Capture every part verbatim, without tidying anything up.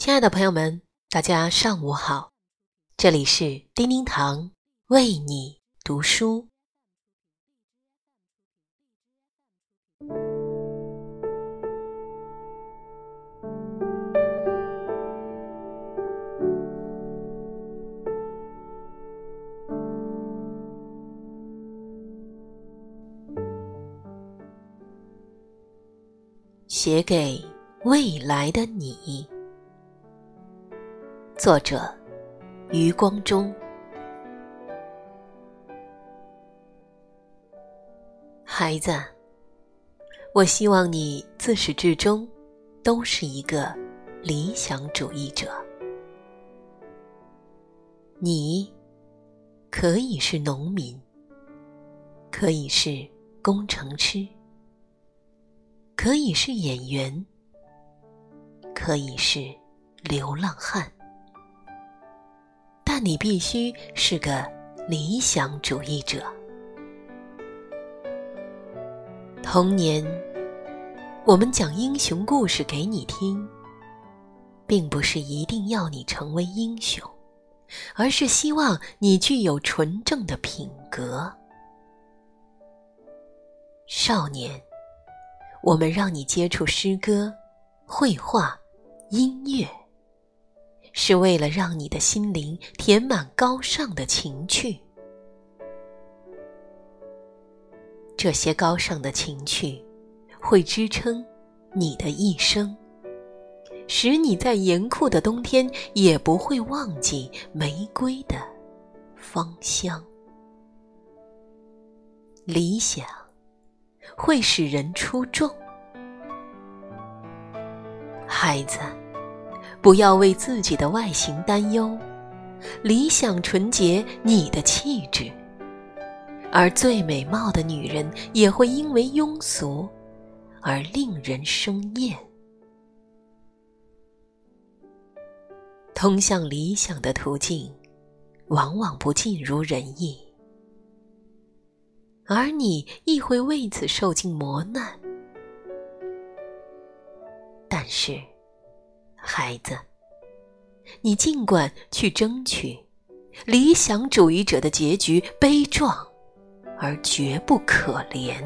亲爱的朋友们，大家上午好，这里是叮叮堂为你读书。写给未来的你，作者余光中。孩子，我希望你自始至终都是一个理想主义者。你可以是农民，可以是工程师，可以是演员，可以是流浪汉，但你必须是个理想主义者。童年，我们讲英雄故事给你听，并不是一定要你成为英雄，而是希望你具有纯正的品格。少年，我们让你接触诗歌、绘画、音乐，是为了让你的心灵填满高尚的情趣。这些高尚的情趣会支撑你的一生，使你在严酷的冬天也不会忘记玫瑰的芳香。理想会使人出众。孩子，不要为自己的外形担忧，理想纯洁你的气质，而最美貌的女人也会因为庸俗而令人生厌。通向理想的途径往往不尽如人意，而你亦会为此受尽磨难。但是，孩子，你尽管去争取，理想主义者的结局悲壮而绝不可怜。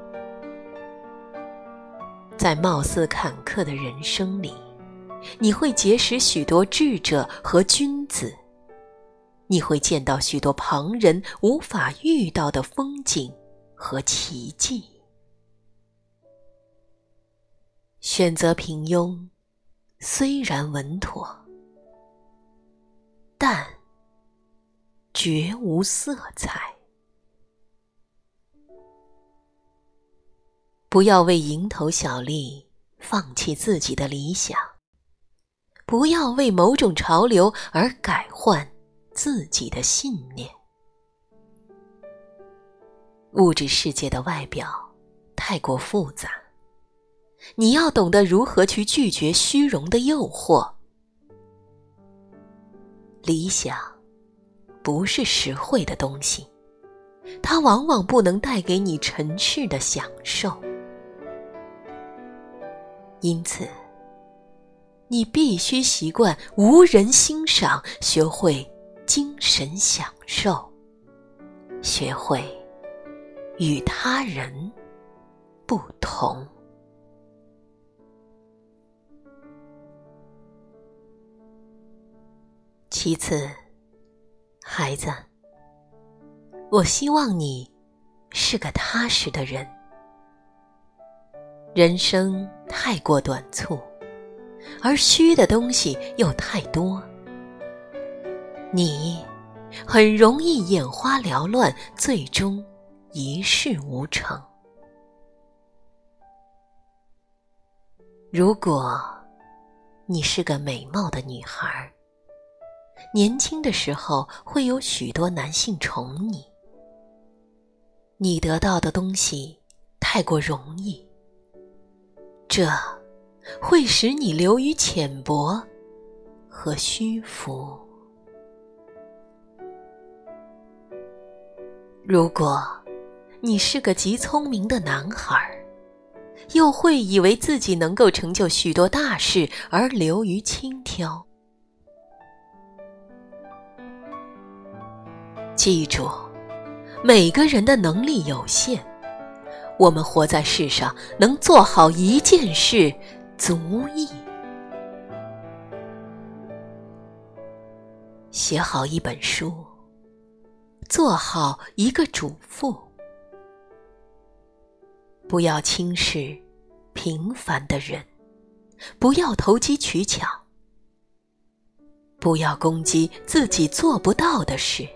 在貌似坎坷的人生里，你会结识许多智者和君子，你会见到许多旁人无法遇到的风景和奇迹。选择平庸虽然稳妥，但绝无色彩。不要为蝇头小利放弃自己的理想，不要为某种潮流而改换自己的信念。物质世界的外表太过复杂，你要懂得如何去拒绝虚荣的诱惑。理想不是实惠的东西，它往往不能带给你尘世的享受。因此，你必须习惯无人欣赏，学会精神享受，学会与他人不同。其次，孩子，我希望你是个踏实的人。人生太过短促，而虚的东西又太多，你很容易眼花缭乱，最终一事无成。如果你是个美貌的女孩，年轻的时候会有许多男性宠你，你得到的东西太过容易，这会使你流于浅薄和虚浮。如果你是个极聪明的男孩， 又会以为自己能够成就许多大事而流于轻佻。记住，每个人的能力有限，我们活在世上，能做好一件事足矣。写好一本书，做好一个主妇，不要轻视平凡的人，不要投机取巧，不要攻击自己做不到的事。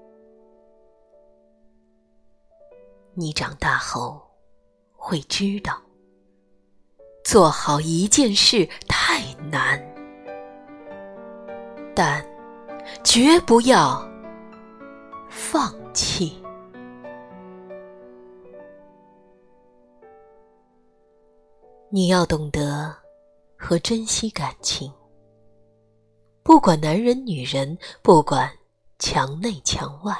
你长大后会知道，做好一件事太难，但绝不要放弃。你要懂得和珍惜感情，不管男人女人，不管墙内墙外。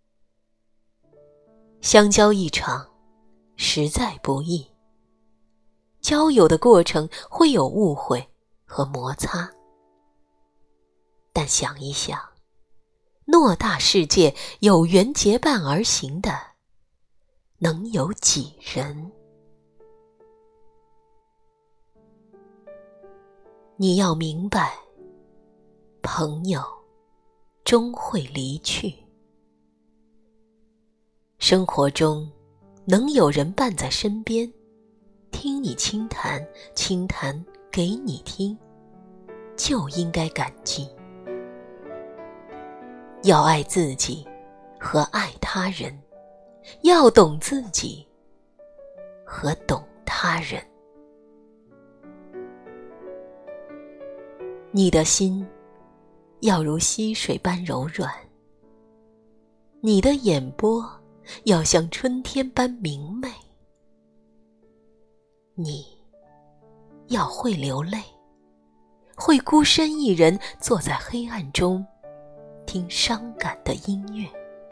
相交一场实在不易，交友的过程会有误会和摩擦，但想一想，偌大世界有缘结伴而行的能有几人？你要明白，朋友终会离去。生活中能有人伴在身边，听你倾谈，倾谈给你听，就应该感激。要爱自己和爱他人，要懂自己和懂他人。你的心要如溪水般柔软，你的眼波要像春天般明媚，你要会流泪，会孤身一人坐在黑暗中听伤感的音乐。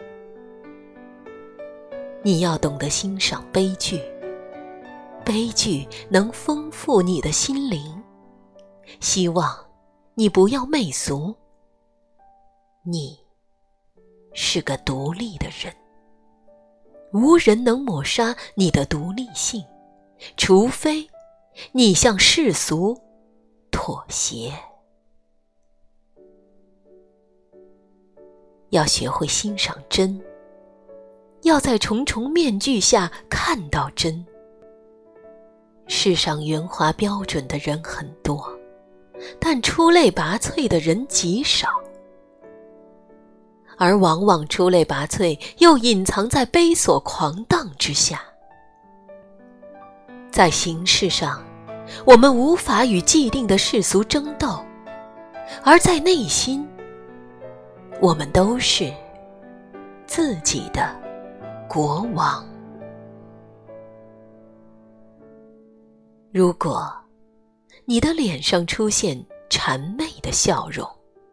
你要懂得欣赏悲剧，悲剧能丰富你的心灵。希望你不要媚俗，你是个独立的人，无人能抹杀你的独立性，除非你向世俗妥协。要学会欣赏真，要在重重面具下看到真。世上圆滑标准的人很多，但出类拔萃的人极少，而往往出类拔萃又隐藏在悲所狂荡之下。在形式上，我们无法与既定的世俗争斗，而在内心，我们都是自己的国王。如果你的脸上出现谄媚的笑容，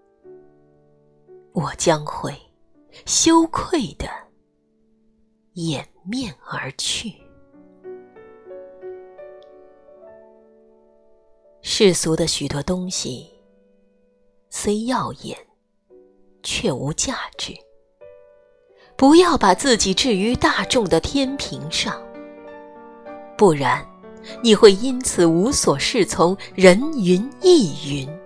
我将会羞愧地掩面而去。世俗的许多东西虽耀眼，却无价值。不要把自己置于大众的天平上，不然你会因此无所适从，人云亦云。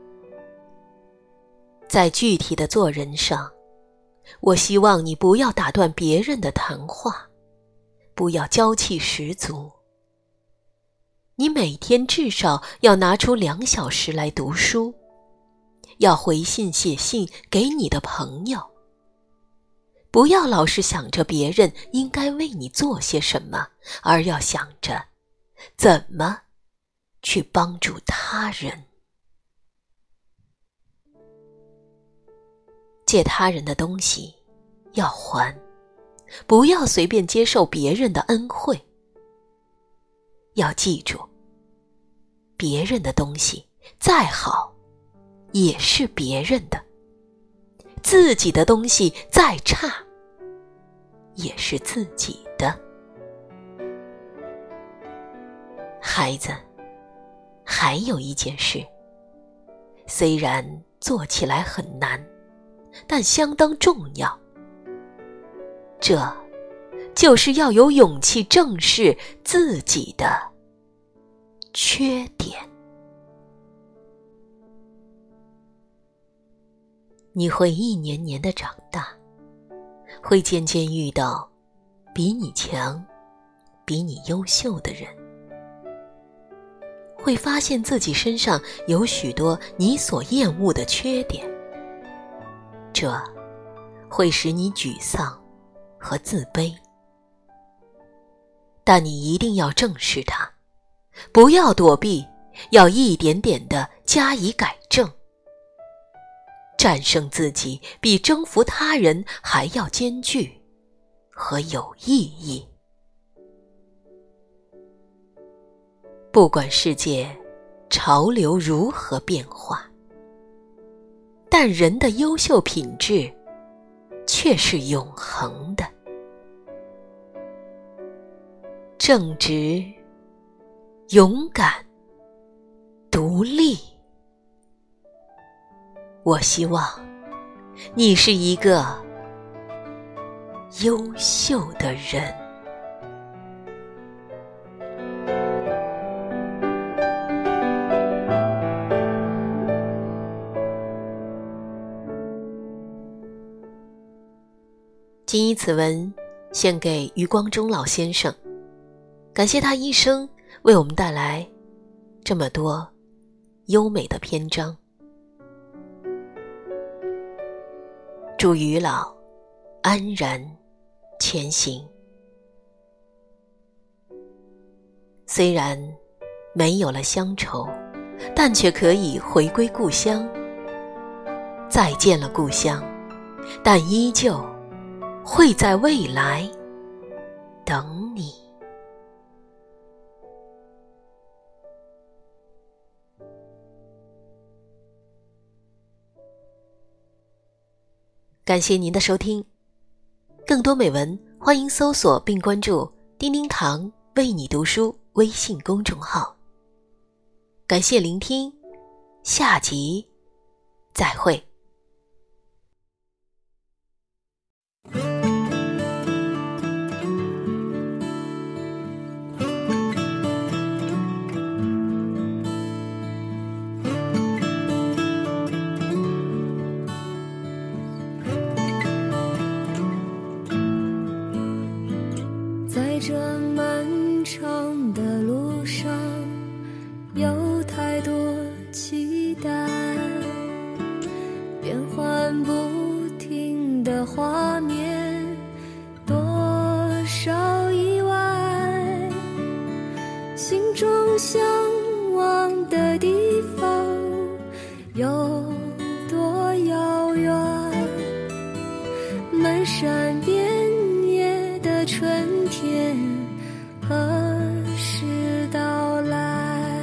在具体的做人上，我希望你不要打断别人的谈话，不要娇气十足。你每天至少要拿出两小时来读书，要回信写信给你的朋友。不要老是想着别人应该为你做些什么，而要想着怎么去帮助他人。借他人的东西要还，不要随便接受别人的恩惠。要记住，别人的东西再好也是别人的，自己的东西再差也是自己的。 孩子，还有一件事，虽然做起来很难，但相当重要。这就是要有勇气正视自己的缺点。你会一年年的长大，会渐渐遇到比你强、比你优秀的人，会发现自己身上有许多你所厌恶的缺点，这会使你沮丧和自卑。但你一定要正视它，不要躲避，要一点点地加以改正。战胜自己比征服他人还要艰巨和有意义。不管世界潮流如何变化，但人的优秀品质却是永恒的。正直、勇敢、独立。我希望你是一个优秀的人。谨以此文献给余光中老先生，感谢他一生为我们带来这么多优美的篇章。祝余老安然前行。虽然没有了乡愁，但却可以回归故乡。再见了故乡，但依旧会在未来等你。感谢您的收听，更多美文欢迎搜索并关注叮叮堂为你读书微信公众号。感谢聆听，下集再会。 在这漫长的路上，有太多期待，变幻不停的画面，多少意外，心中向往的地方有多遥远，漫山遍野的春天何时到来？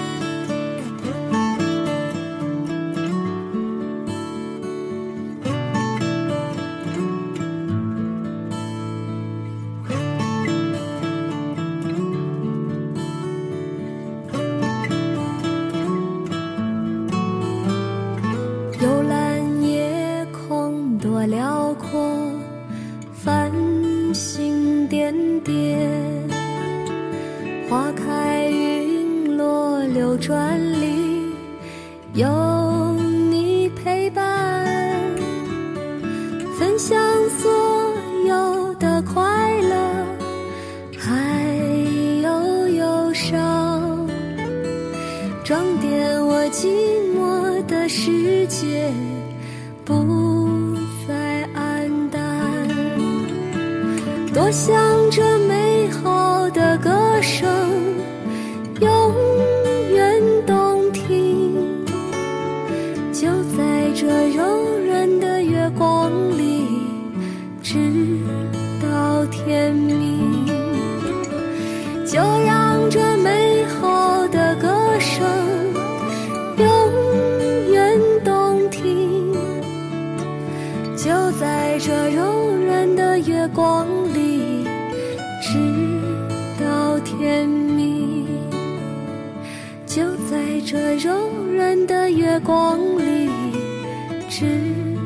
幽蓝夜空多辽阔，繁星点点，花开云落流转里有你陪伴，分享所有的快乐还有忧伤，装点我寂寞的世界不再黯淡，多想这美好的歌声永远动听，就在这柔软的月光里直到天明，就让这美好的歌声永远动听，就在这柔软的月光里直到天明。 这柔软的月光里，只